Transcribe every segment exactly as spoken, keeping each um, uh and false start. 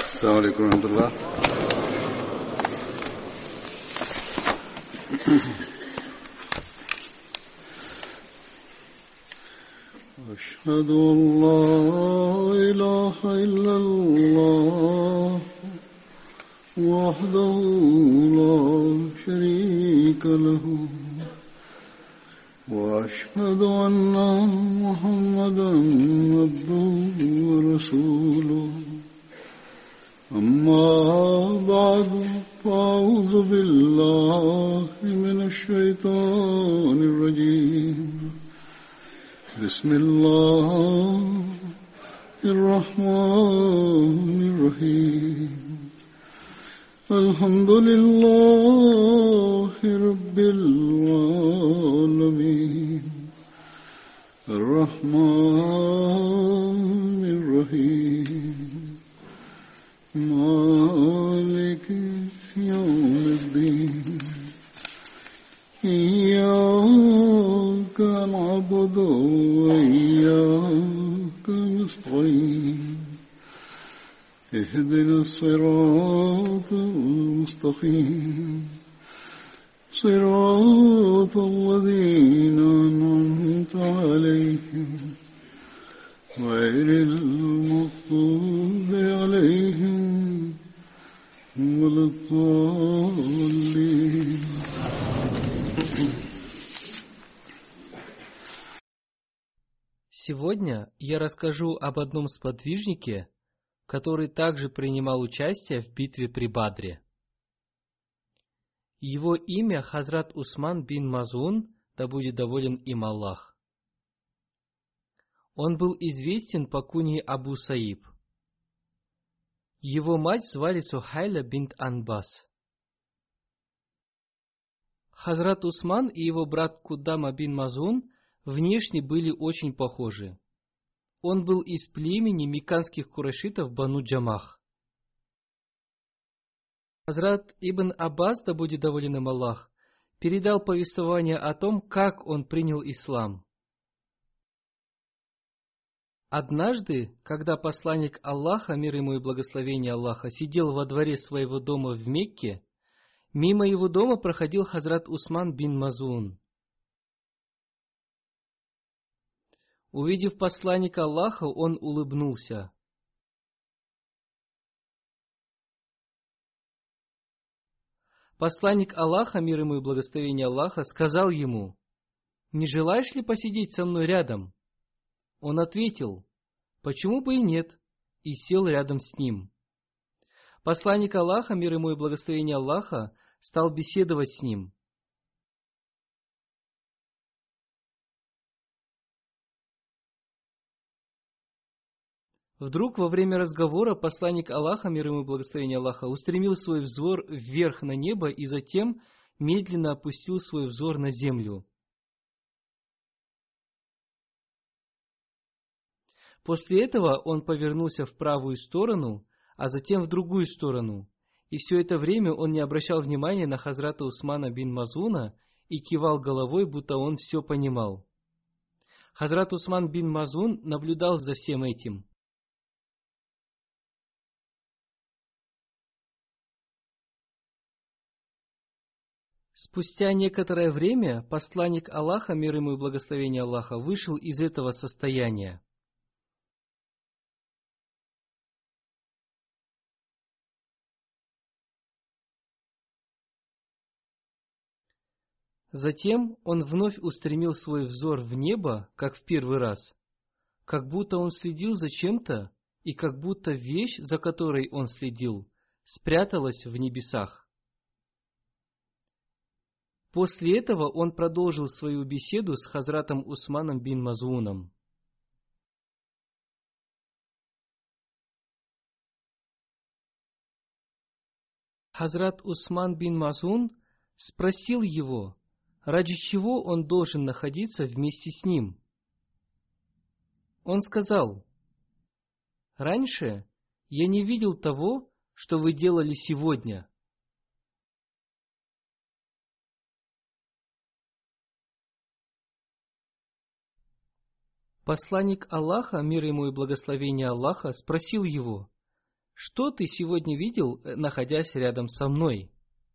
السلام عليكم ورحمة الله. أشهد أن لا إله إلا الله وحده لا شريك له وأشهد أن محمدا عبده ورسوله أما بعد فأعوذ بالله من الشيطان الرجيم بسم الله الرحمن الرحيم الحمد لله رب العالمين الرحمن الرحيم مالك يوم الدين إياك نعبد وإياك نستعين اهدنا الصراط المستقيم صراط الذين أنعمت عليهم غير المغضوب عليهم ولا الضالين. Сегодня я расскажу об одном сподвижнике, который также принимал участие в битве при Бадре. Его имя Хазрат Усман бин Мазун, да будет доволен им Аллах. Он был известен по кунье Абу Саиб. Его мать звали Сухайля бинт Анбас. Хазрат Усман и его брат Кудама бин Мазун внешне были очень похожи. Он был из племени мекканских курайшитов Бану Джамах. Хазрат Ибн Аббас, да будет доволен им Аллах, передал повествование о том, как он принял ислам. Однажды, когда посланник Аллаха, мир ему и благословение Аллаха, сидел во дворе своего дома в Мекке, мимо его дома проходил Хазрат Усман бин Мазун. Увидев посланника Аллаха, он улыбнулся. Посланник Аллаха, мир ему и благословение Аллаха, сказал ему: «Не желаешь ли посидеть со мной рядом?» Он ответил: «Почему бы и нет?» и сел рядом с ним. Посланник Аллаха, мир ему и благословение Аллаха, стал беседовать с ним. Вдруг во время разговора посланник Аллаха, мир ему и благословение Аллаха, устремил свой взор вверх на небо и затем медленно опустил свой взор на землю. После этого он повернулся в правую сторону, а затем в другую сторону, и все это время он не обращал внимания на Хазрата Усмана бин Мазуна и кивал головой, будто он все понимал. Хазрат Усман бин Мазун наблюдал за всем этим. Спустя некоторое время посланник Аллаха, мир ему и благословение Аллаха, вышел из этого состояния. Затем он вновь устремил свой взор в небо, как в первый раз, как будто он следил за чем-то, и как будто вещь, за которой он следил, спряталась в небесах. После этого он продолжил свою беседу с Хазратом Усманом бин Мазуном. Хазрат Усман бин Мазун спросил его, ради чего он должен находиться вместе с ним. Он сказал: «Раньше я не видел того, что вы делали сегодня». Посланник Аллаха, мир ему и благословение Аллаха, спросил его: что ты сегодня видел, находясь рядом со мной?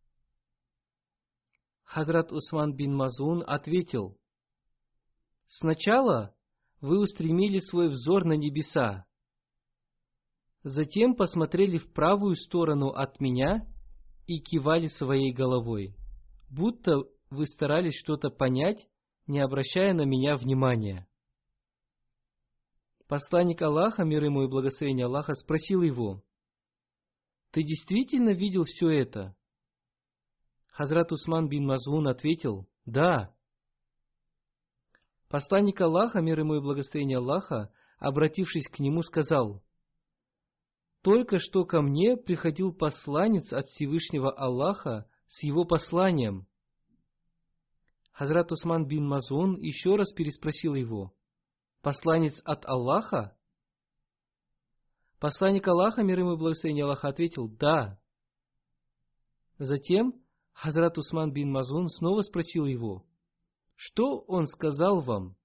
Хазрат Усман бин Мазун ответил: сначала вы устремили свой взор на небеса, затем посмотрели в правую сторону от меня и кивали своей головой, будто вы старались что-то понять, не обращая на меня внимания. Посланник Аллаха, мир ему и благословение Аллаха, спросил его: ты действительно видел все это? Хазрат Усман бин Мазун ответил: да. Посланник Аллаха, мир ему и благословение Аллаха, обратившись к нему, сказал: только что ко мне приходил посланец от Всевышнего Аллаха с его посланием. Хазрат Усман бин Мазун еще раз переспросил его: посланец от Аллаха? Посланник Аллаха, мир ему и благословение Аллаха, ответил: да. Затем Хазрат Усман бин Мазун снова спросил его: что он сказал вам?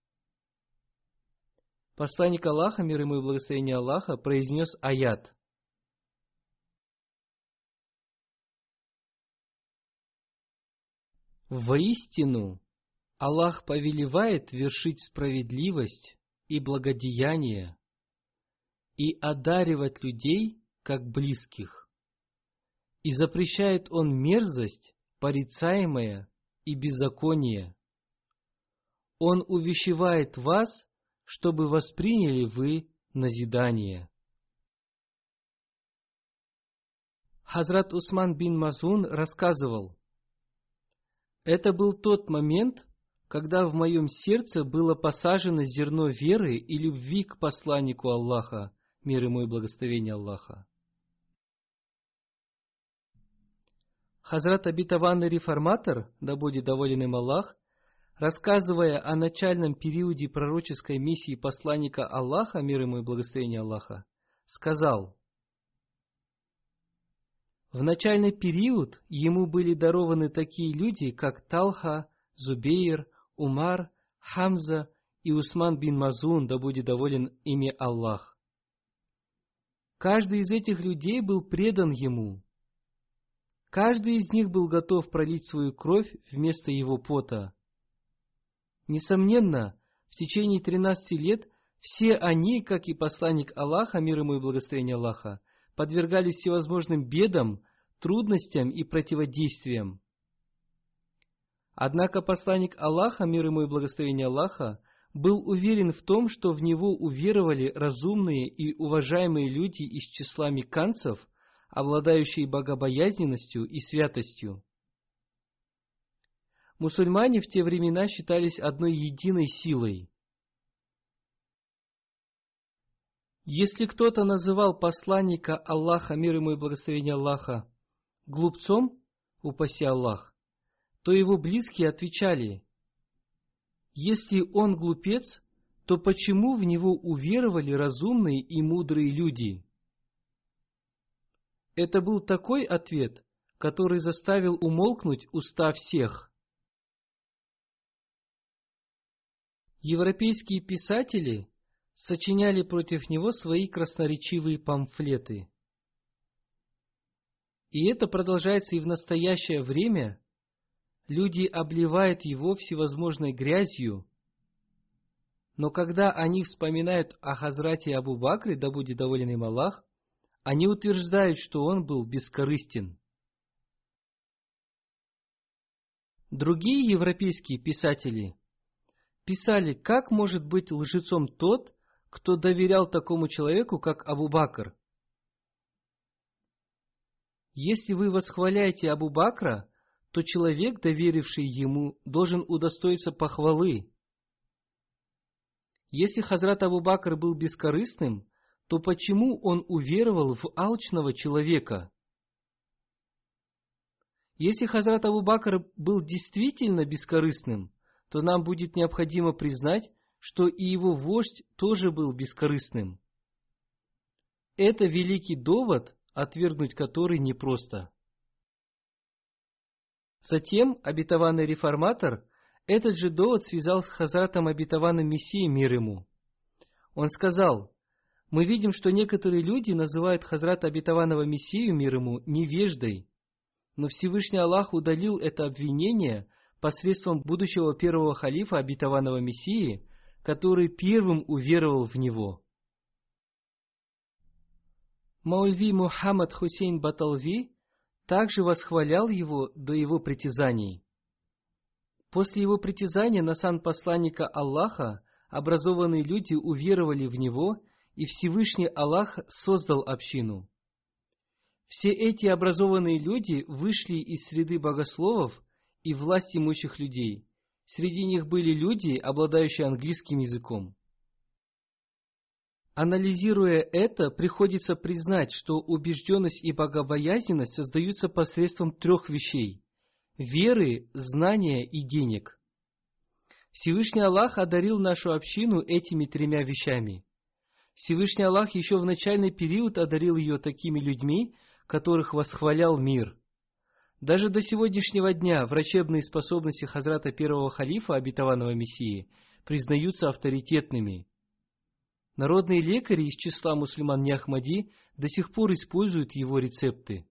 Посланник Аллаха, мир ему и благословение Аллаха, произнес аят: воистину, Аллах повелевает вершить справедливость и благодеяние и одаривать людей как близких, и запрещает Он мерзость, порицаемое и беззаконие. Он увещевает вас, чтобы восприняли вы назидание. Хазрат Усман бин Мазун рассказывал: это был тот момент, когда в моем сердце было посажено зерно веры и любви к посланнику Аллаха, мир ему и благословение Аллаха. Хазрат обетованный реформатор, да будет доволен им Аллах, рассказывая о начальном периоде пророческой миссии посланника Аллаха, мир ему и благословение Аллаха, сказал: в начальный период ему были дарованы такие люди, как Талха, Зубейр, Умар, Хамза и Усман бин Мазун, да будет доволен ими Аллах. Каждый из этих людей был предан ему. Каждый из них был готов пролить свою кровь вместо его пота. Несомненно, в течение тринадцати лет все они, как и посланник Аллаха, мир ему и благословение Аллаха, подвергались всевозможным бедам, трудностям и противодействиям. Однако посланник Аллаха, мир ему и благословение Аллаха, был уверен в том, что в него уверовали разумные и уважаемые люди из числа мекканцев, обладающие богобоязненностью и святостью. Мусульмане в те времена считались одной единой силой. Если кто-то называл посланника Аллаха, мир ему и благословение Аллаха, глупцом, упаси Аллах, то его близкие отвечали: если он глупец, то почему в него уверовали разумные и мудрые люди? Это был такой ответ, который заставил умолкнуть уста всех. Европейские писатели сочиняли против него свои красноречивые памфлеты. И это продолжается и в настоящее время. Люди обливают его всевозможной грязью, но когда они вспоминают о Хазрате Абу Бакре, да будет доволен им Аллах, они утверждают, что он был бескорыстен. Другие европейские писатели писали, как может быть лжецом тот, кто доверял такому человеку, как Абу Бакр. Если вы восхваляете Абу Бакра, то человек, доверивший ему, должен удостоиться похвалы. Если Хазрат Абу Бакр был бескорыстным, то почему он уверовал в алчного человека? Если Хазрат Абу Бакр был действительно бескорыстным, то нам будет необходимо признать, что и его вождь тоже был бескорыстным. Это великий довод, отвергнуть который непросто. Затем обетованный реформатор этот же довод связал с Хазратом обетованным Мессией, мир ему. Он сказал: Мы видим, что некоторые люди называют Хазрата Обетованного Мессию, мир ему, невеждой. Но Всевышний Аллах удалил это обвинение посредством будущего первого халифа Обетованного Мессии, который первым уверовал в него. Маульви Мухаммад Хусейн Баталви также восхвалял его до его притязаний. После его притязания на сан посланника Аллаха образованные люди уверовали в него, и Всевышний Аллах создал общину. Все эти образованные люди вышли из среды богословов и власть имущих людей. Среди них были люди, обладающие английским языком. Анализируя это, приходится признать, что убежденность и богобоязненность создаются посредством трех вещей – веры, знания и денег. Всевышний Аллах одарил нашу общину этими тремя вещами. Всевышний Аллах еще в начальный период одарил ее такими людьми, которых восхвалял мир. Даже до сегодняшнего дня врачебные способности Хазрата первого халифа, Обетованного Мессии, признаются авторитетными. Народные лекари из числа мусульман не-Ахмади до сих пор используют его рецепты.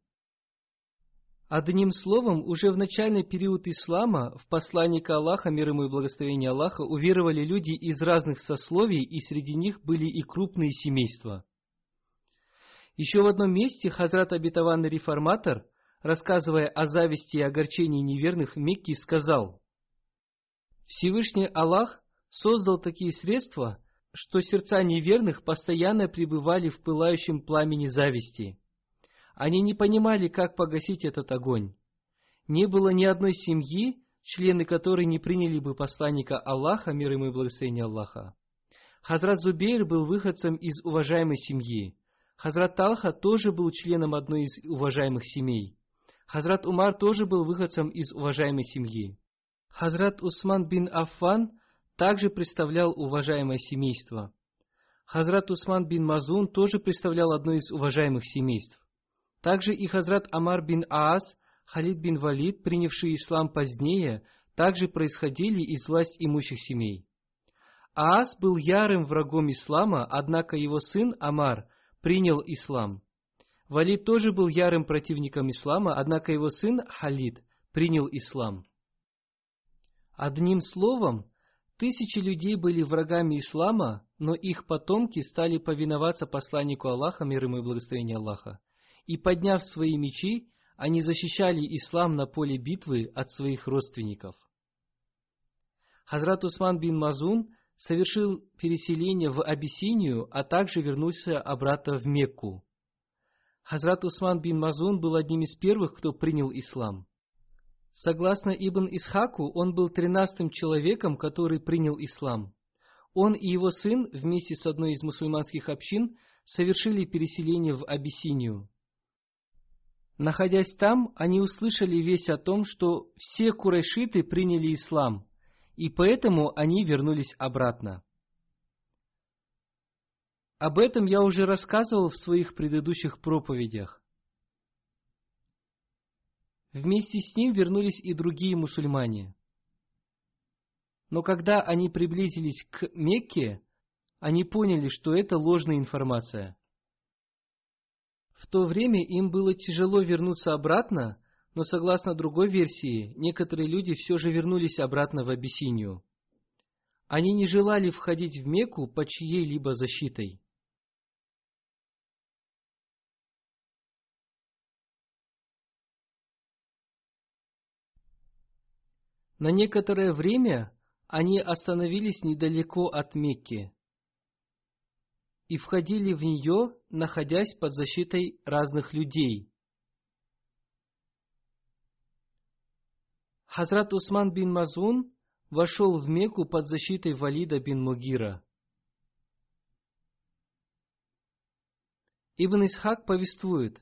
Одним словом, уже в начальный период ислама в посланника Аллаха, мир ему и благословение Аллаха, уверовали люди из разных сословий, и среди них были и крупные семейства. Еще в одном месте Хазрат Обетованный Реформатор, рассказывая о зависти и огорчении неверных в Мекке, сказал: «Всевышний Аллах создал такие средства, что сердца неверных постоянно пребывали в пылающем пламени зависти. Они не понимали, как погасить этот огонь. Не было ни одной семьи, члены которой не приняли бы посланника Аллаха, мир ему и благословение Аллаха. Хазрат Зубейр был выходцем из уважаемой семьи. Хазрат Талха тоже был членом одной из уважаемых семей. Хазрат Умар тоже был выходцем из уважаемой семьи. Хазрат Усман бин Аффан также представлял уважаемое семейство. Хазрат Усман бин Мазун тоже представлял одно из уважаемых семейств. Также и Хазрат Амар бин Аас, Халид бин Валид, принявшие ислам позднее, также происходили из власть имущих семей. Аас был ярым врагом ислама, однако его сын Амар принял ислам. Валид тоже был ярым противником ислама, однако его сын Халид принял ислам. Одним словом, тысячи людей были врагами ислама, но их потомки стали повиноваться посланнику Аллаха, мир ему и благословение Аллаха. И, подняв свои мечи, они защищали ислам на поле битвы от своих родственников. Хазрат Усман бин Мазун совершил переселение в Абиссинию, а также вернулся обратно в Мекку. Хазрат Усман бин Мазун был одним из первых, кто принял ислам. Согласно Ибн Исхаку, он был тринадцатым человеком, который принял ислам. Он и его сын вместе с одной из мусульманских общин совершили переселение в Абиссинию. Находясь там, они услышали весть о том, что все курайшиты приняли ислам, и поэтому они вернулись обратно. Об этом я уже рассказывал в своих предыдущих проповедях. Вместе с ним вернулись и другие мусульмане. Но когда они приблизились к Мекке, они поняли, что это ложная информация. В то время им было тяжело вернуться обратно, но согласно другой версии, некоторые люди все же вернулись обратно в Абиссинию. Они не желали входить в Мекку под чьей-либо защитой. На некоторое время они остановились недалеко от Мекки и входили в нее, находясь под защитой разных людей. Хазрат Усман бин Мазун вошел в Мекку под защитой Валида бин Мугира. Ибн Исхак повествует: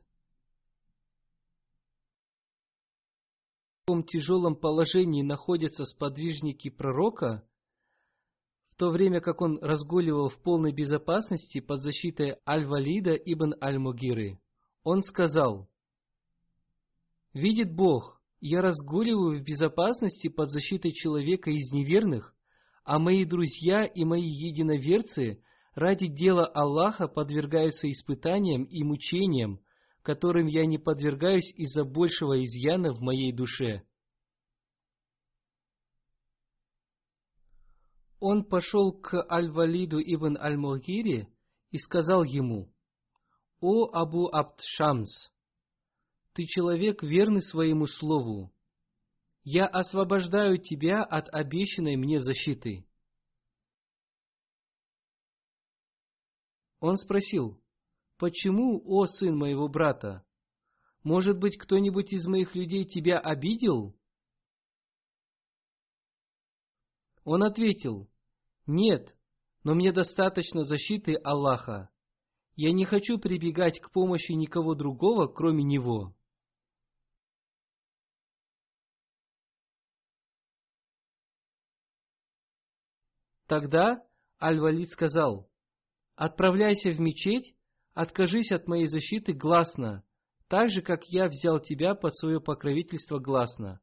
в таком тяжелом положении находятся сподвижники пророка, в то время как он разгуливал в полной безопасности под защитой Аль-Валида ибн Аль-Мугиры. Он сказал: «Видит Бог, я разгуливаю в безопасности под защитой человека из неверных, а мои друзья и мои единоверцы ради дела Аллаха подвергаются испытаниям и мучениям, которым я не подвергаюсь из-за большего изъяна в моей душе. Он пошел к Аль-Валиду ибн Аль-Мугире и сказал ему: «О Абу Абд Шамс, ты человек, верный своему слову. Я освобождаю тебя от обещанной мне защиты». Он спросил: «Почему, о сын моего брата? Может быть, кто-нибудь из моих людей тебя обидел?» Он ответил: «Нет, но мне достаточно защиты Аллаха. Я не хочу прибегать к помощи никого другого, кроме Него». Тогда Аль-Валид сказал: «Отправляйся в мечеть, откажись от моей защиты гласно, так же, как я взял тебя под свое покровительство гласно».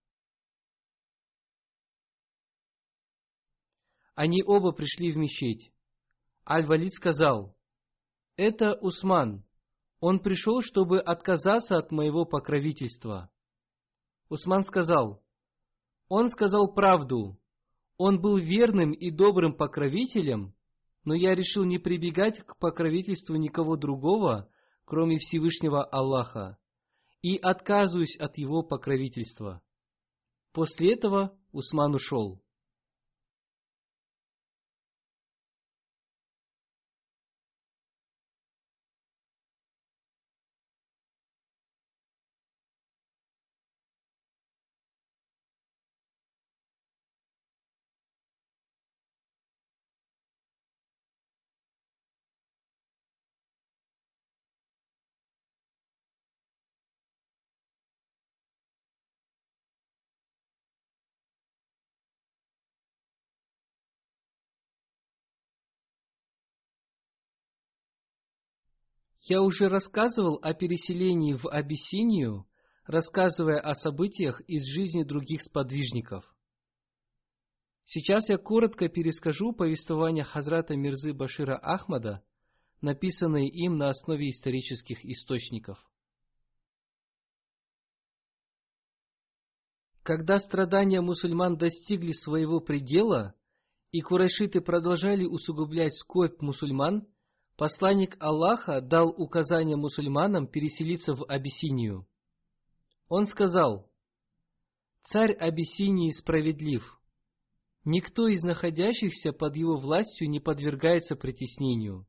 Они оба пришли в мечеть. Аль-Валид сказал: «Это Усман. Он пришел, чтобы отказаться от моего покровительства». Усман сказал: «Он сказал правду. Он был верным и добрым покровителем, но я решил не прибегать к покровительству никого другого, кроме Всевышнего Аллаха, и отказываюсь от его покровительства». После этого Усман ушел. Я уже рассказывал о переселении в Абиссинию, рассказывая о событиях из жизни других сподвижников. Сейчас я коротко перескажу повествование Хазрата Мирзы Башира Ахмада, написанные им на основе исторических источников. Когда страдания мусульман достигли своего предела, и курайшиты продолжали усугублять скорбь мусульман, посланник Аллаха дал указание мусульманам переселиться в Абиссинию. Он сказал: «Царь Абиссинии справедлив. Никто из находящихся под его властью не подвергается притеснению».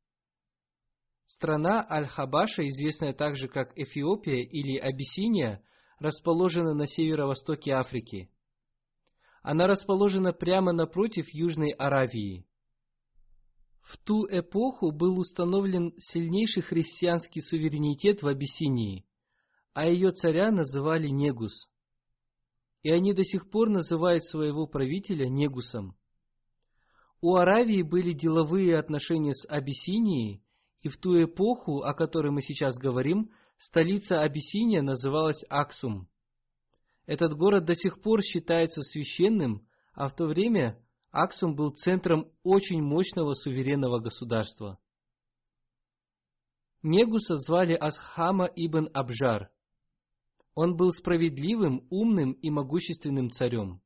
Страна Аль-Хабаша, известная также как Эфиопия или Абиссиния, расположена на северо-востоке Африки. Она расположена прямо напротив Южной Аравии. В ту эпоху был установлен сильнейший христианский суверенитет в Абиссинии, а ее царя называли Негус. И они до сих пор называют своего правителя Негусом. У Аравии были деловые отношения с Абиссинией, и в ту эпоху, о которой мы сейчас говорим, столица Абиссиния называлась Аксум. Этот город до сих пор считается священным, а в то время Аксум был центром очень мощного суверенного государства. Негуса звали Асхама ибн Абжар. Он был справедливым, умным и могущественным царем.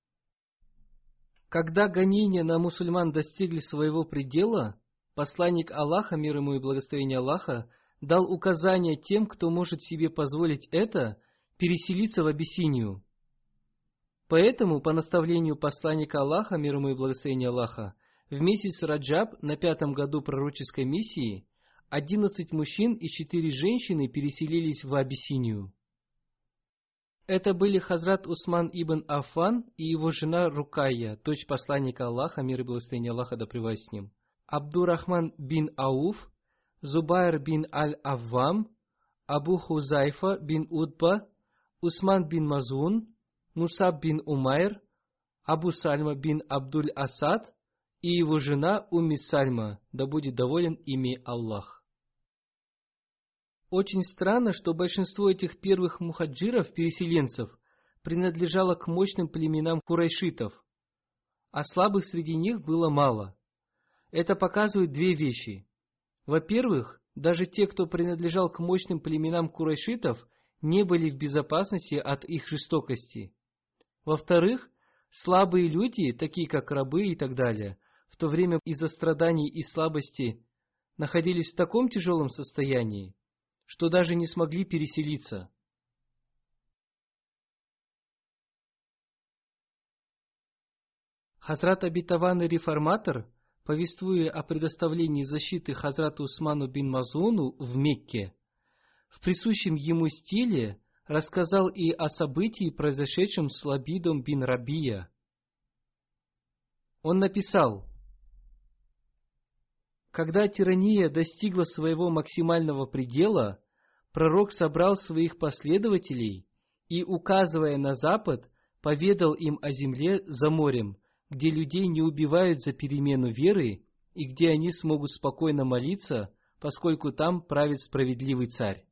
Когда гонения на мусульман достигли своего предела, посланник Аллаха, мир ему и благословение Аллаха, дал указание тем, кто может себе позволить это, переселиться в Абиссинию. Поэтому, по наставлению посланника Аллаха, мир ему и благословение Аллаха, в месяц Раджаб на пятом году пророческой миссии одиннадцать мужчин и четыре женщины переселились в Абиссинию. Это были Хазрат Усман ибн Аффан и его жена Рукайя, дочь посланника Аллаха, мир и благословение Аллаха да пребывает с ним, Абдурахман бин Ауф, Зубайр бин Аль-Аввам, Абу Хузайфа бин Удба, Усман бин Мазун, Мусаб бин Умайр, Абу Сальма бин Абдуль Асад и его жена Умми Сальма, да будет доволен ими Аллах. Очень странно, что большинство этих первых мухаджиров, переселенцев, принадлежало к мощным племенам курайшитов, а слабых среди них было мало. Это показывает две вещи. Во-первых, даже те, кто принадлежал к мощным племенам курайшитов, не были в безопасности от их жестокости. Во-вторых, слабые люди, такие как рабы и так далее, в то время из-за страданий и слабости находились в таком тяжелом состоянии, что даже не смогли переселиться. Хазрат обетованный реформатор, повествуя о предоставлении защиты Хазрату Усману бин Мазуну в Мекке, в присущем ему стиле рассказал и о событии, произошедшем с Лабидом бин Рабия. Он написал: «Когда тирания достигла своего максимального предела, пророк собрал своих последователей и, указывая на запад, поведал им о земле за морем, где людей не убивают за перемену веры и где они смогут спокойно молиться, поскольку там правит справедливый царь.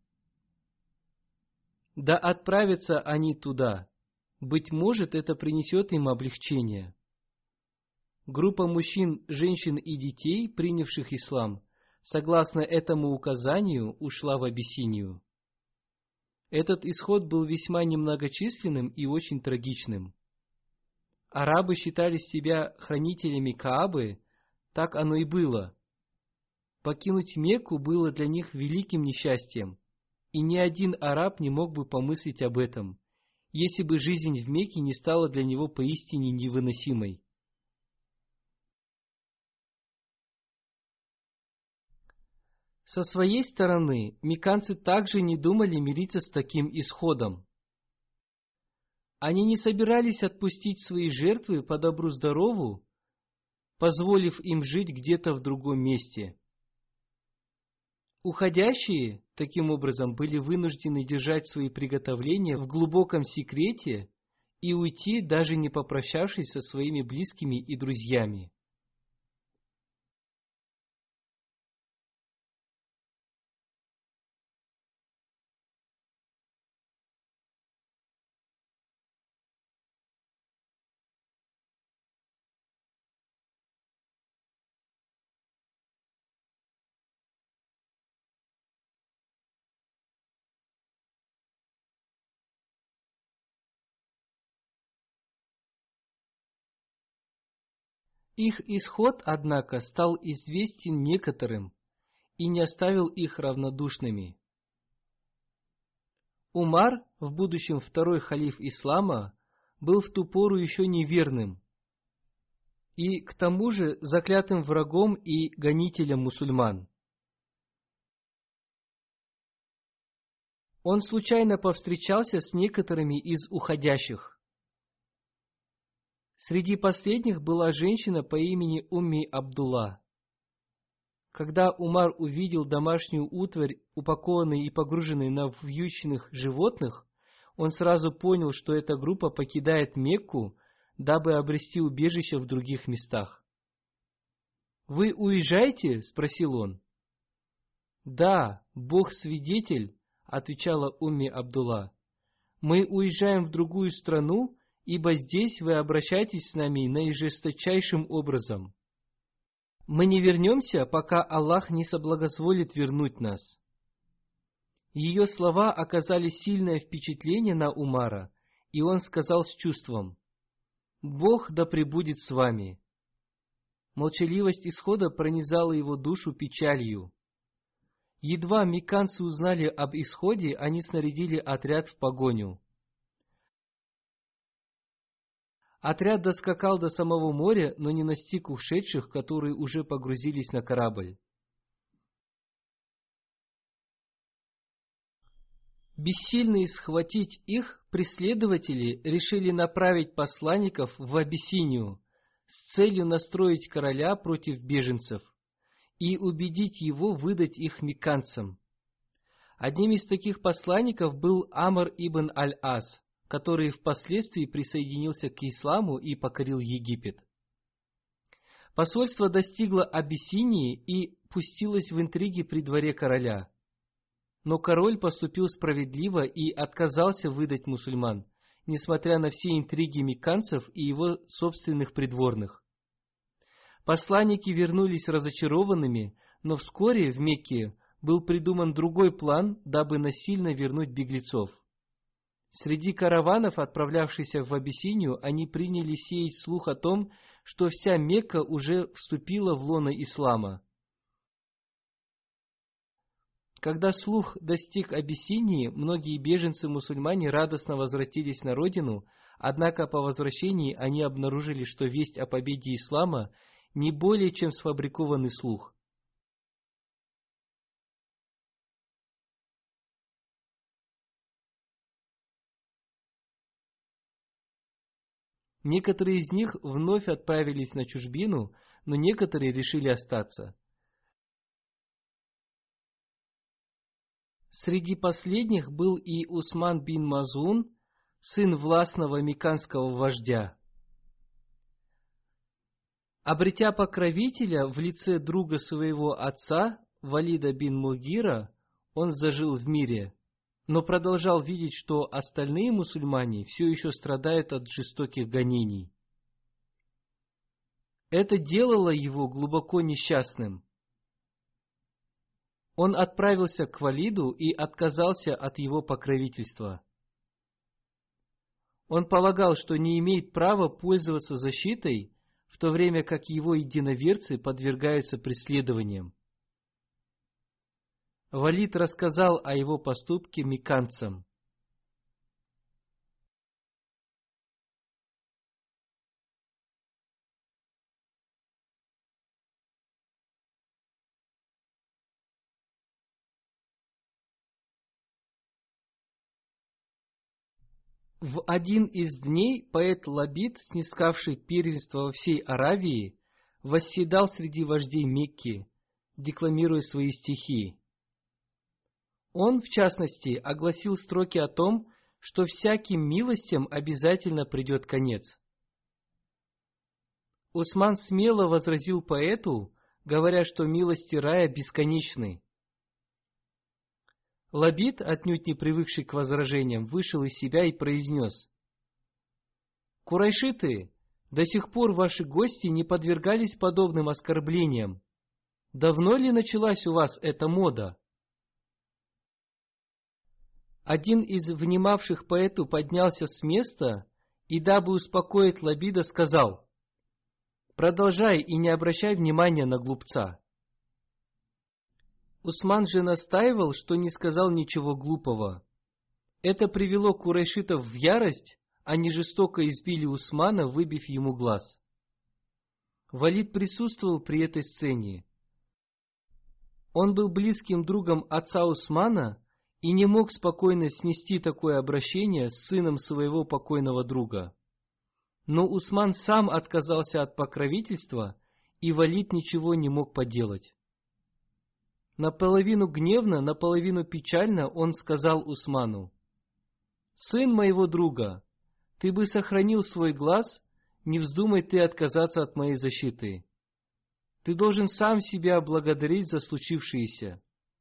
Да отправятся они туда. Быть может, это принесет им облегчение». Группа мужчин, женщин и детей, принявших ислам, согласно этому указанию, ушла в Абиссинию. Этот исход был весьма немногочисленным и очень трагичным. Арабы считали себя хранителями Каабы, так оно и было. Покинуть Мекку было для них великим несчастьем, и ни один араб не мог бы помыслить об этом, если бы жизнь в Мекке не стала для него поистине невыносимой. Со своей стороны, мекканцы также не думали мириться с таким исходом. Они не собирались отпустить свои жертвы по добру-здорову, позволив им жить где-то в другом месте. Уходящие, таким образом, были вынуждены держать свои приготовления в глубоком секрете и уйти, даже не попрощавшись со своими близкими и друзьями. Их исход, однако, стал известен некоторым и не оставил их равнодушными. Умар, в будущем второй халиф ислама, был в ту пору еще неверным и, к тому же, заклятым врагом и гонителем мусульман. Он случайно повстречался с некоторыми из уходящих. Среди последних была женщина по имени Умми Абдулла. Когда Умар увидел домашнюю утварь, упакованную и погруженную на вьючных животных, он сразу понял, что эта группа покидает Мекку, дабы обрести убежище в других местах. «Вы уезжаете?» – спросил он. «Да, Бог свидетель», – отвечала Умми Абдулла. «Мы уезжаем в другую страну, ибо здесь вы обращаетесь с нами наижесточайшим образом. Мы не вернемся, пока Аллах не соблагозволит вернуть нас». Ее слова оказали сильное впечатление на Умара, и он сказал с чувством: «Бог да пребудет с вами». Молчаливость исхода пронизала его душу печалью. Едва мекканцы узнали об исходе, они снарядили отряд в погоню. Отряд доскакал до самого моря, но не настиг ушедших, которые уже погрузились на корабль. Бессильные схватить их, преследователи решили направить посланников в Абиссинию с целью настроить короля против беженцев и убедить его выдать их мекканцам. Одним из таких посланников был Амр ибн Аль-Ас, который впоследствии присоединился к исламу и покорил Египет. Посольство достигло Абиссинии и пустилось в интриги при дворе короля. Но король поступил справедливо и отказался выдать мусульман, несмотря на все интриги мекканцев и его собственных придворных. Посланники вернулись разочарованными, но вскоре в Мекке был придуман другой план, дабы насильно вернуть беглецов. Среди караванов, отправлявшихся в Абиссинию, они приняли сеять слух о том, что вся Мекка уже вступила в лоно ислама. Когда слух достиг Абиссинии, многие беженцы-мусульмане радостно возвратились на родину, однако по возвращении они обнаружили, что весть о победе ислама не более чем сфабрикованный слух. Некоторые из них вновь отправились на чужбину, но некоторые решили остаться. Среди последних был и Усман бин Мазун, сын властного мекканского вождя. Обретя покровителя в лице друга своего отца, Валида бин Мугира, он зажил в мире, но продолжал видеть, что остальные мусульмане все еще страдают от жестоких гонений. Это делало его глубоко несчастным. Он отправился к Валиду и отказался от его покровительства. Он полагал, что не имеет права пользоваться защитой, в то время как его единоверцы подвергаются преследованиям. Валид рассказал о его поступке мекканцам. В один из дней поэт Лабид, снискавший первенство во всей Аравии, восседал среди вождей Мекки, декламируя свои стихи. Он, в частности, огласил строки о том, что всяким милостям обязательно придет конец. Усман смело возразил поэту, говоря, что милости рая бесконечны. Лабид, отнюдь не привыкший к возражениям, вышел из себя и произнес: «Курайшиты, до сих пор ваши гости не подвергались подобным оскорблениям. Давно ли началась у вас эта мода?» Один из внимавших поэту поднялся с места и, дабы успокоить Лабида, сказал: «Продолжай и не обращай внимания на глупца». Усман же настаивал, что не сказал ничего глупого. Это привело курайшитов в ярость, они жестоко избили Усмана, выбив ему глаз. Валид присутствовал при этой сцене. Он был близким другом отца Усмана и не мог спокойно снести такое обращение с сыном своего покойного друга. Но Усман сам отказался от покровительства, и Валид ничего не мог поделать. Наполовину гневно, наполовину печально он сказал Усману: «Сын моего друга, ты бы сохранил свой глаз, не вздумай ты отказаться от моей защиты. Ты должен сам себя благодарить за случившееся».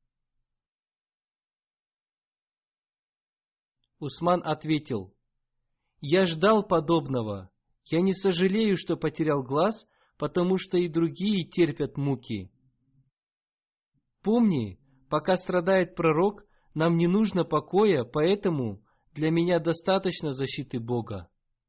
Усман ответил: «Я ждал подобного. Я не сожалею, что потерял глаз, потому что и другие терпят муки. Помни, пока страдает пророк, нам не нужно покоя, поэтому для меня достаточно защиты Бога».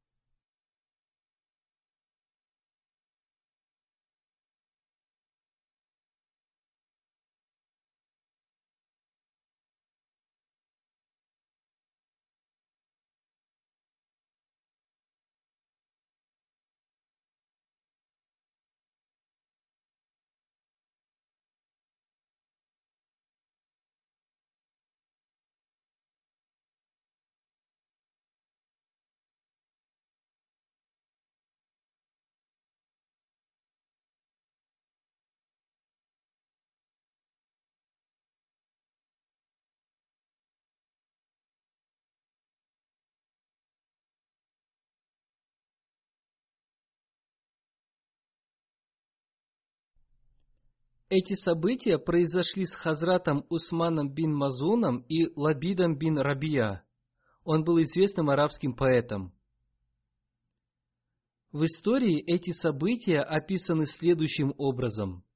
Эти события произошли с Хазратом Усманом бин Мазуном и Лабидом бин Рабия. Он был известным арабским поэтом. В истории эти события описаны следующим образом.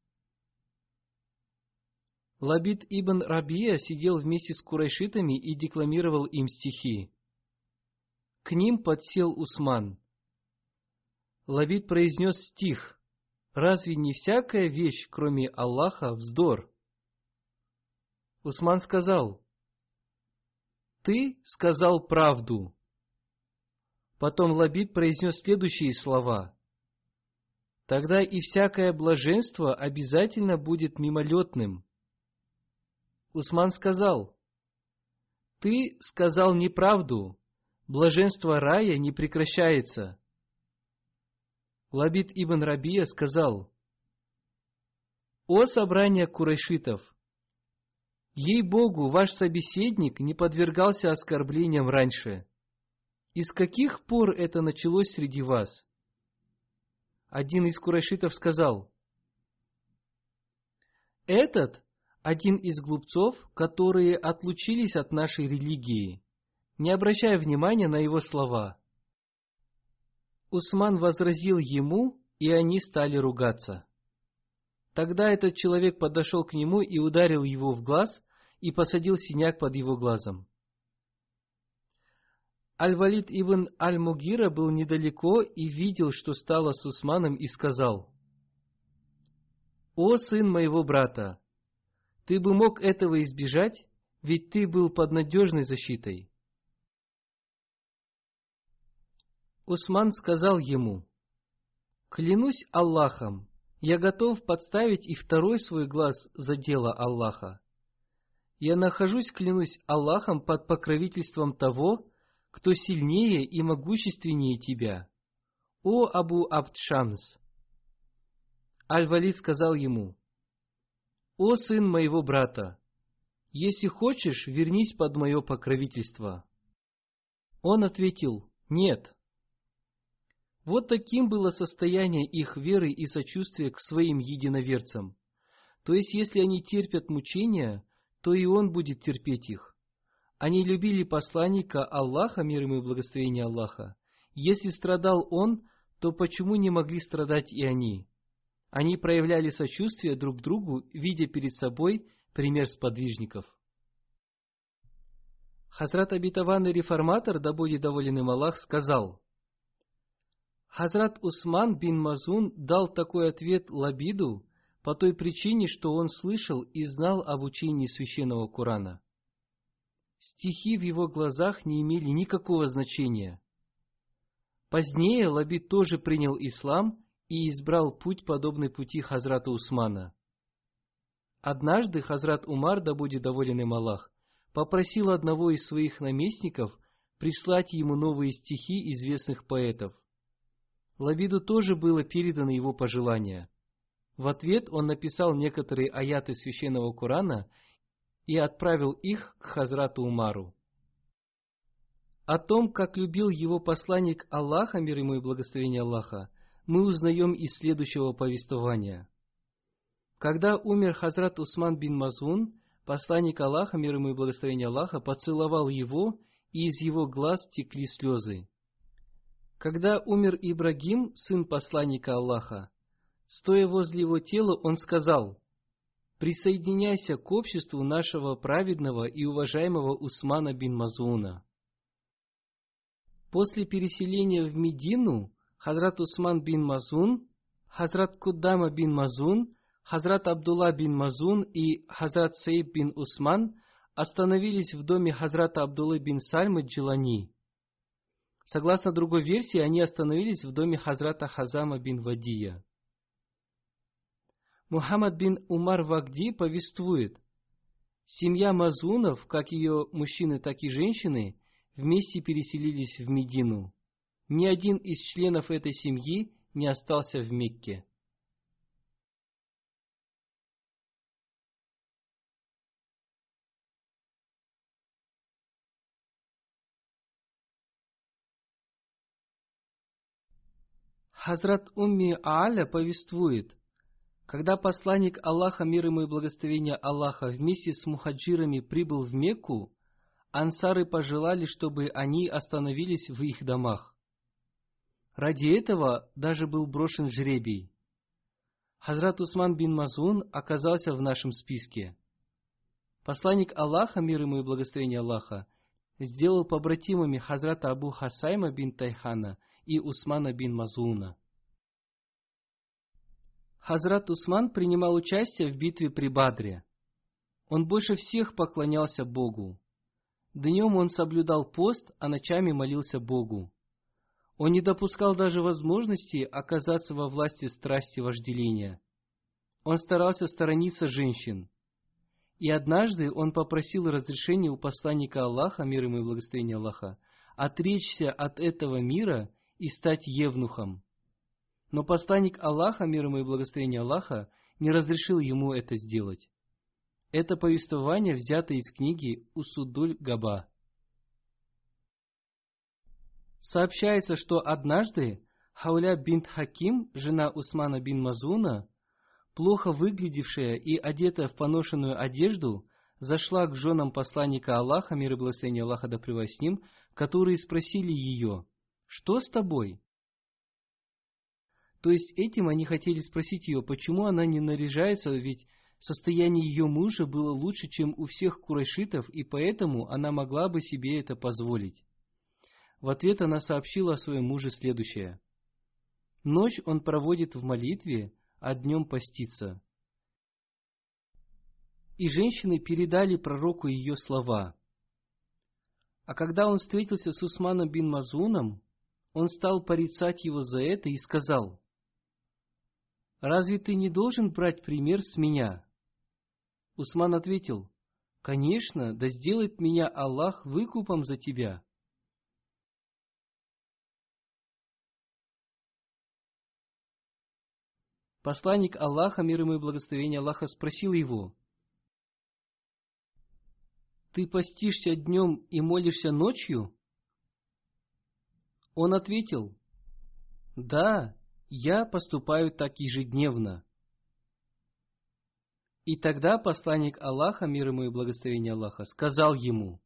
Лабид ибн Рабия сидел вместе с курайшитами и декламировал им стихи. К ним подсел Усман. Лабид произнес стих: «Разве не всякая вещь, кроме Аллаха, вздор?» Усман сказал: «Ты сказал правду». Потом Лабид произнес следующие слова: «Тогда и всякое блаженство обязательно будет мимолетным». Усман сказал: «Ты сказал неправду, блаженство рая не прекращается». Лабид ибн Рабия сказал: «О собрание курайшитов! Ей-богу, ваш собеседник не подвергался оскорблениям раньше. Из каких пор это началось среди вас?» Один из курайшитов сказал: «Этот один из глупцов, которые отлучились от нашей религии, не обращая внимания на его слова». Усман возразил ему, и они стали ругаться. Тогда этот человек подошел к нему и ударил его в глаз и посадил синяк под его глазом. Аль-Валид ибн Аль-Мугира был недалеко и видел, что стало с Усманом, и сказал: «О сын моего брата, ты бы мог этого избежать, ведь ты был под надежной защитой». Усман сказал ему: «Клянусь Аллахом, я готов подставить и второй свой глаз за дело Аллаха. Я нахожусь, клянусь Аллахом, под покровительством того, кто сильнее и могущественнее тебя, о Абу Абд Шамс». Аль-Валид сказал ему: «О сын моего брата, если хочешь, вернись под мое покровительство». Он ответил: «Нет». Вот таким было состояние их веры и сочувствия к своим единоверцам. То есть, если они терпят мучения, то и он будет терпеть их. Они любили посланника Аллаха, мир ему и благословение Аллаха. Если страдал он, то почему не могли страдать и они? Они проявляли сочувствие друг другу, видя перед собой пример сподвижников. Хазрат обетованный реформатор, да будет доволен им Аллах, сказал: Хазрат Усман бин Мазун дал такой ответ Лабиду по той причине, что он слышал и знал об учении священного Корана. Стихи в его глазах не имели никакого значения. Позднее Лабид тоже принял ислам и избрал путь, подобный пути Хазрата Усмана. Однажды Хазрат Умар, да будет доволен им Аллах, попросил одного из своих наместников прислать ему новые стихи известных поэтов. Лабиду тоже было передано его пожелание. В ответ он написал некоторые аяты священного Корана и отправил их к Хазрату Умару. О том, как любил его посланник Аллаха, мир ему и благословение Аллаха, мы узнаем из следующего повествования. Когда умер Хазрат Усман бин Мазун, посланник Аллаха, мир ему и благословение Аллаха, поцеловал его, и из его глаз текли слезы. Когда умер Ибрагим, сын посланника Аллаха, стоя возле его тела, он сказал: «Присоединяйся к обществу нашего праведного и уважаемого Усмана бин Мазуна». После переселения в Медину Хазрат Усман бин Мазун, Хазрат Куддама бин Мазун, Хазрат Абдулла бин Мазун и Хазрат Саиб бин Усман остановились в доме Хазрата Абдуллы бин Сальмы Джилани. Согласно другой версии, они остановились в доме Хазрата Хазама бин Вадия. Мухаммад бин Умар Вагди повествует: семья Мазунов, как ее мужчины, так и женщины, вместе переселились в Медину. Ни один из членов этой семьи не остался в Мекке. Хазрат Умми Ааля повествует: когда посланник Аллаха, мир ему и благословение Аллаха, вместе с мухаджирами прибыл в Мекку, ансары пожелали, чтобы они остановились в их домах. Ради этого даже был брошен жребий. Хазрат Усман бин Мазун оказался в нашем списке. Посланник Аллаха, мир ему и благословение Аллаха, сделал побратимами Хазрата Абу Хасайма бин Тайхана и Усмана бин Мазуна. Хазрат Усман принимал участие в битве при Бадре. Он больше всех поклонялся Богу. Днем он соблюдал пост, а ночами молился Богу. Он не допускал даже возможности оказаться во власти страсти вожделения. Он старался сторониться женщин. И однажды он попросил разрешения у посланника Аллаха, мир ему и благословение Аллаха, отречься от этого мира и стать евнухом. Но посланник Аллаха, мир ему и благословение Аллаха, не разрешил ему это сделать. Это повествование взято из книги Усудуль Габа. Сообщается, что однажды Хауля бинт Хаким, жена Усмана бин Мазуна, плохо выглядевшая и одетая в поношенную одежду, зашла к женам посланника Аллаха, мир и благословение Аллаха да пребывает с ним, которые спросили ее: «Что с тобой?» То есть этим они хотели спросить ее, почему она не наряжается, ведь состояние ее мужа было лучше, чем у всех курайшитов, и поэтому она могла бы себе это позволить. В ответ она сообщила о своем муже следующее: «Ночь он проводит в молитве, а днем постится». И женщины передали пророку ее слова. А когда он встретился с Усманом бин Мазуном, он стал порицать его за это и сказал: «Разве ты не должен брать пример с меня?» Усман ответил: «Конечно, да сделает меня Аллах выкупом за тебя». Посланник Аллаха, мир ему и благословение Аллаха, спросил его: «Ты постишься днем и молишься ночью?» Он ответил: «Да, я поступаю так ежедневно». И тогда посланник Аллаха, мир ему и благословение Аллаха, сказал ему: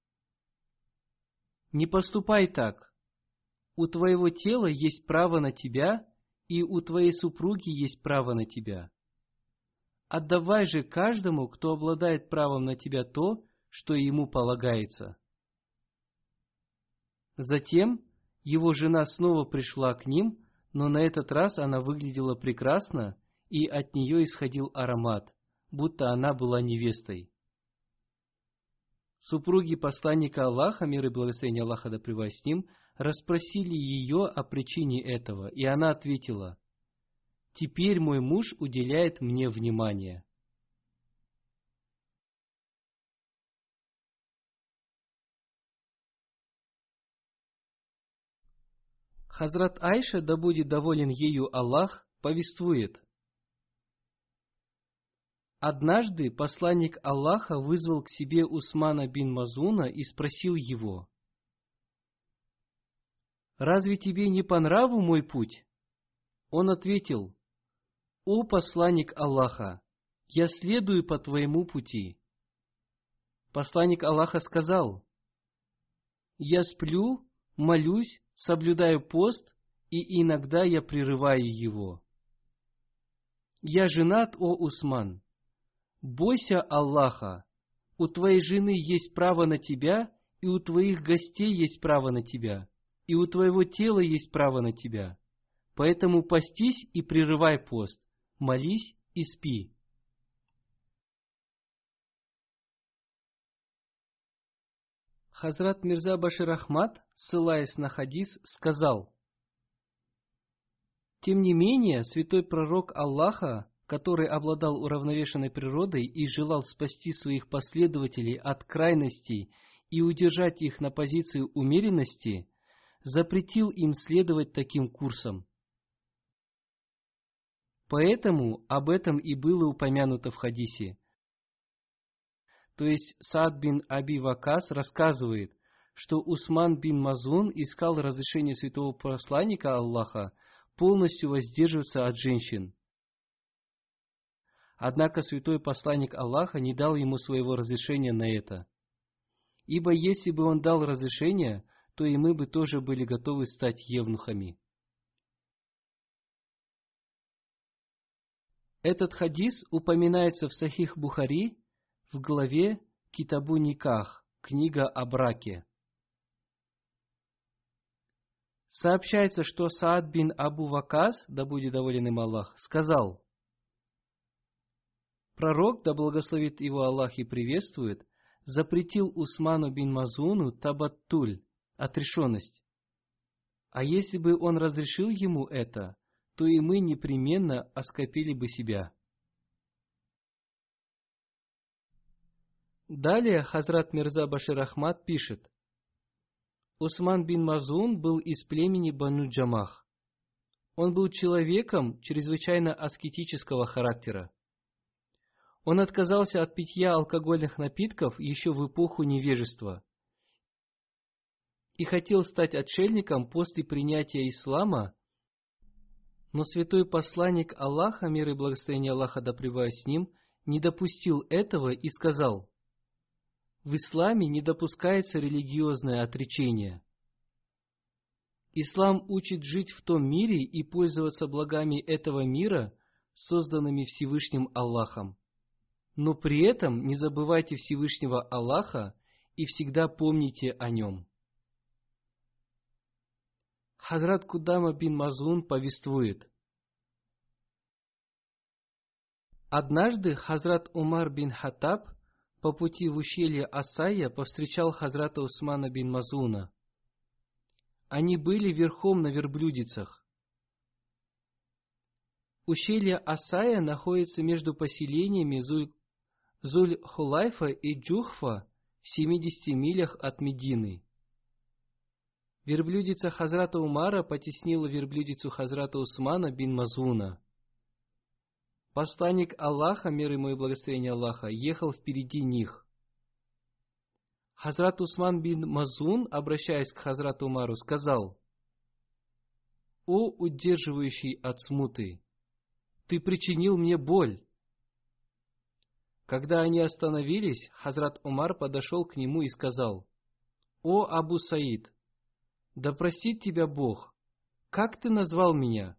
«Не поступай так. У твоего тела есть право на тебя, и у твоей супруги есть право на тебя. Отдавай же каждому, кто обладает правом на тебя, то, что ему полагается». Затем его жена снова пришла к ним, но на этот раз она выглядела прекрасно, и от нее исходил аромат, будто она была невестой. Супруги посланника Аллаха, мир и благословение Аллаха да пребывает с ним, расспросили ее о причине этого, и она ответила: «Теперь мой муж уделяет мне внимание». Хазрат Айша, да будет доволен ею Аллах, повествует: однажды посланник Аллаха вызвал к себе Усмана бин Мазуна и спросил его: «Разве тебе не по нраву мой путь?» Он ответил: «О посланник Аллаха, я следую по твоему пути». Посланник Аллаха сказал: «Я сплю, молюсь, соблюдаю пост, и иногда я прерываю его. Я женат, о Усман. Бойся Аллаха. У твоей жены есть право на тебя, и у твоих гостей есть право на тебя, и у твоего тела есть право на тебя. Поэтому постись и прерывай пост, молись и спи». Хазрат Мирза Башир Ахмад, ссылаясь на хадис, сказал: «Тем не менее, святой пророк Аллаха, который обладал уравновешенной природой и желал спасти своих последователей от крайностей и удержать их на позиции умеренности, запретил им следовать таким курсом. Поэтому об этом и было упомянуто в хадисе. То есть Саад бин Аби Вакас рассказывает, что Усман бин Мазун искал разрешения святого посланника Аллаха полностью воздерживаться от женщин. Однако святой посланник Аллаха не дал ему своего разрешения на это. Ибо если бы он дал разрешение, то и мы бы тоже были готовы стать евнухами. Этот хадис упоминается в Сахих Бухари в главе Китабу Никах, книга о браке. Сообщается, что Саад бин Абу Вакас, да будет доволен им Аллах, сказал: пророк, да благословит его Аллах и приветствует, запретил Усману бин Мазуну табаттуль, отрешенность. А если бы он разрешил ему это, то и мы непременно оскопили бы себя. Далее Хазрат Мирза Башир Ахмад пишет: Усман бин Мазун был из племени Бану Джамах. Он был человеком чрезвычайно аскетического характера. Он отказался от питья алкогольных напитков еще в эпоху невежества и хотел стать отшельником после принятия ислама, но святой посланник Аллаха, мир и благословение Аллаха да пребывает с ним, не допустил этого и сказал: в исламе не допускается религиозное отречение. Ислам учит жить в том мире и пользоваться благами этого мира, созданными Всевышним Аллахом. Но при этом не забывайте Всевышнего Аллаха и всегда помните о нем. Хазрат Кудама бин Мазун повествует: однажды Хазрат Умар бин Хаттаб по пути в ущелье Асайя повстречал Хазрата Усмана бин Мазуна. Они были верхом на верблюдицах. Ущелье Асайя находится между поселениями Зуль... Зуль-Хулайфа и Джухфа в семидесяти милях от Медины. Верблюдица Хазрата Умара потеснила верблюдицу Хазрата Усмана бин Мазуна. Посланник Аллаха, мир ему и благословение Аллаха, ехал впереди них. Хазрат Усман бин Мазун, обращаясь к Хазрату Умару, сказал: «О удерживающий от смуты, ты причинил мне боль». Когда они остановились, Хазрат Умар подошел к нему и сказал: «О Абу Саид, да простит тебя Бог, как ты назвал меня?»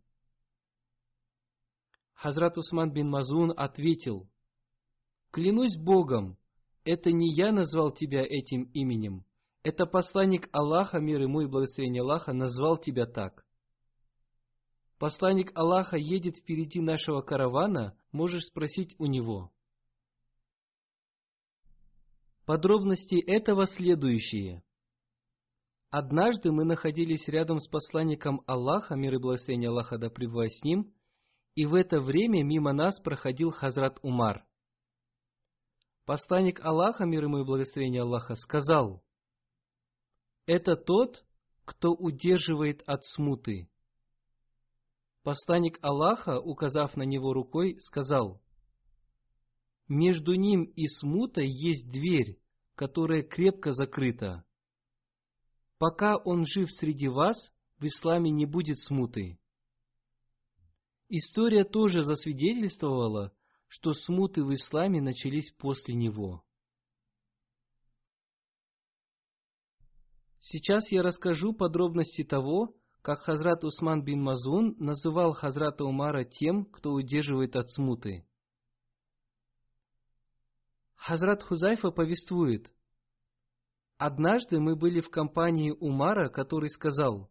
Хазрат Усман бин Мазун ответил: «Клянусь Богом, это не я назвал тебя этим именем, это посланник Аллаха, мир ему и благословение Аллаха, назвал тебя так. Посланник Аллаха едет впереди нашего каравана, можешь спросить у него». Подробности этого следующие. Однажды мы находились рядом с посланником Аллаха, мир и благословение Аллаха да пребывает с ним, и в это время мимо нас проходил Хазрат Умар. Посланник Аллаха, мир ему и благословение Аллаха, сказал: «Это тот, кто удерживает от смуты». Посланник Аллаха, указав на него рукой, сказал: «Между ним и смутой есть дверь, которая крепко закрыта. Пока он жив среди вас, в исламе не будет смуты». История тоже засвидетельствовала, что смуты в исламе начались после него. Сейчас я расскажу подробности того, как Хазрат Усман бин Мазун называл Хазрата Умара тем, кто удерживает от смуты. Хазрат Хузайфа повествует: «Однажды мы были в компании Умара, который сказал: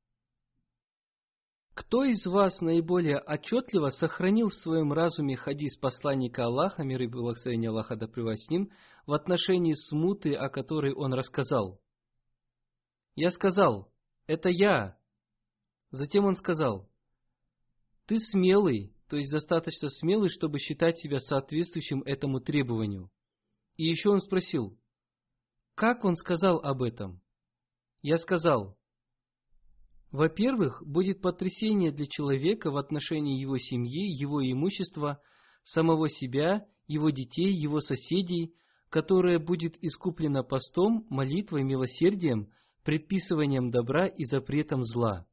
кто из вас наиболее отчетливо сохранил в своем разуме хадис посланника Аллаха, мир и благословение Аллаха да пребывает с ним, в отношении смуты, о которой он рассказал?» Я сказал: «Это я». Затем он сказал: «Ты смелый, то есть достаточно смелый, чтобы считать себя соответствующим этому требованию». И еще он спросил: «Как он сказал об этом?» Я сказал: во-первых, будет потрясение для человека в отношении его семьи, его имущества, самого себя, его детей, его соседей, которое будет искуплено постом, молитвой, милосердием, предписыванием добра и запретом зла.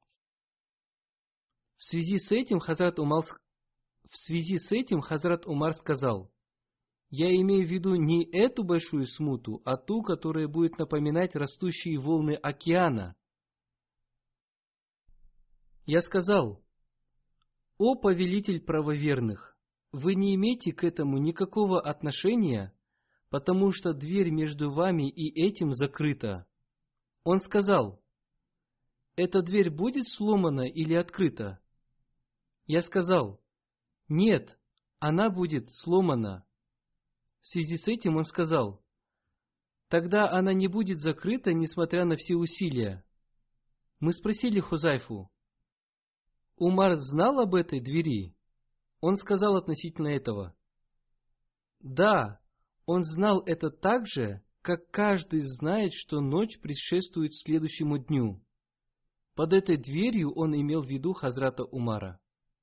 В связи с этим Хазрат Умар, в связи с этим Хазрат Умар сказал: «Я имею в виду не эту большую смуту, а ту, которая будет напоминать растущие волны океана». Я сказал: «О повелитель правоверных, вы не имеете к этому никакого отношения, потому что дверь между вами и этим закрыта». Он сказал: «Эта дверь будет сломана или открыта?» Я сказал: «Нет, она будет сломана». В связи с этим он сказал: «Тогда она не будет закрыта, несмотря на все усилия». Мы спросили Хузайфу: «Умар знал об этой двери?» Он сказал относительно этого: «Да, он знал это так же, как каждый знает, что ночь предшествует следующему дню». Под этой дверью он имел в виду Хазрата Умара.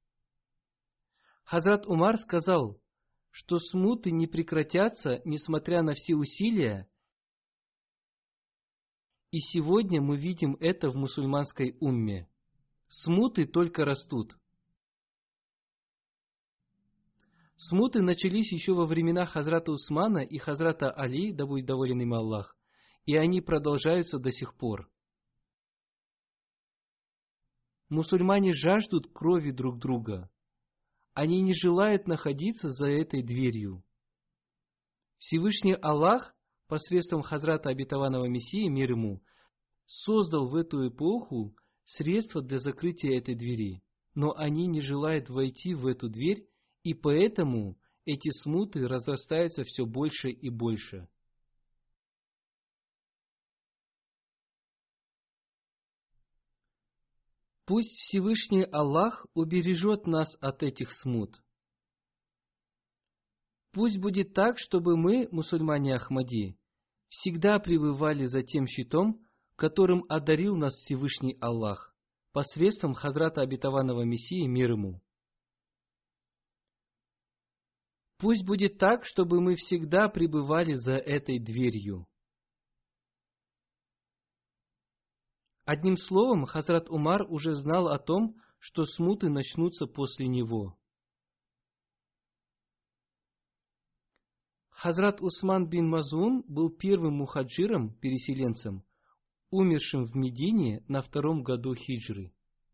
Хазрат Умар сказал, что смуты не прекратятся, несмотря на все усилия, и сегодня мы видим это в мусульманской умме. Смуты только растут. Смуты начались еще во времена Хазрата Усмана и Хазрата Али, да будет доволен им Аллах, и они продолжаются до сих пор. Мусульмане жаждут крови друг друга. Они не желают находиться за этой дверью. Всевышний Аллах посредством Хазрата Обетованного Мессии, мир ему, создал в эту эпоху средства для закрытия этой двери, но они не желают войти в эту дверь, и поэтому эти смуты разрастаются все больше и больше. Пусть Всевышний Аллах убережет нас от этих смут. Пусть будет так, чтобы мы, мусульмане Ахмади, всегда пребывали за тем щитом, которым одарил нас Всевышний Аллах, посредством Хазрата Обетованного Мессии, мир ему. Пусть будет так, чтобы мы всегда пребывали за этой дверью. Одним словом, Хазрат Умар уже знал о том, что смуты начнутся после него. Хазрат Усман бин Мазун был первым мухаджиром, переселенцем, умершим в Медине на втором году хиджры.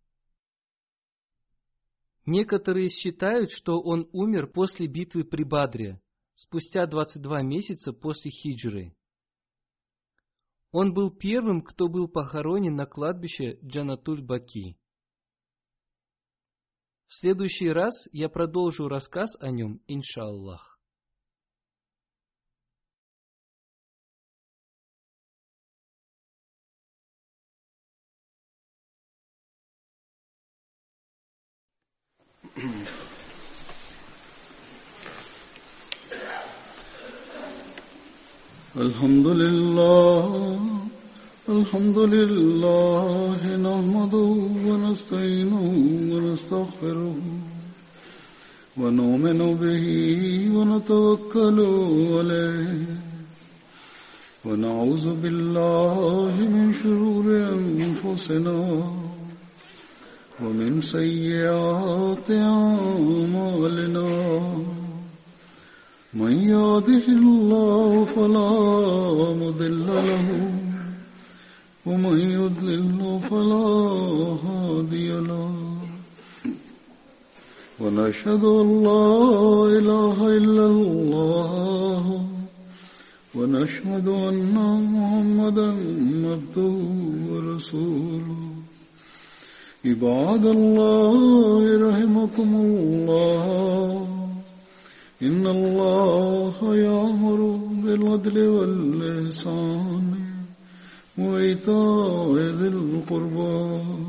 Некоторые считают, что он умер после битвы при Бадре, спустя двадцать два месяца после хиджры. Он был первым, кто был похоронен на кладбище Джанатуль-Баки. В следующий раз я продолжу рассказ о нем, иншаллах. الحمد لله الحمد لله نحمده ونستعينه ونستغفره ونؤمن به ونتوكل عليه ونعوذ بالله من شرور أنفسنا ومن سيئات أعمالنا من يهده الله فلا مضل له ومن يضلل فلا هادي له ونشهد أن لا إله إلا الله ونشهد أن محمدا عبده ورسوله عباد الله رحمكم الله إن الله يأمر بالعدل والإحسان وإيتاء ذي القربى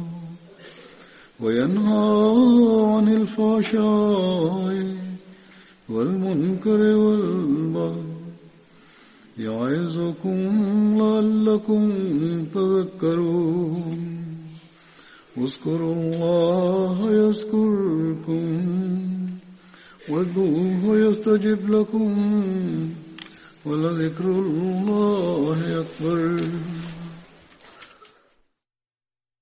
وينهى عن الفحشاء والمنكر والبغي يعظكم لعلكم تذكرون اذكروا الله يذكركم وادعوه يستجب لكم ولذكر الله أكبر.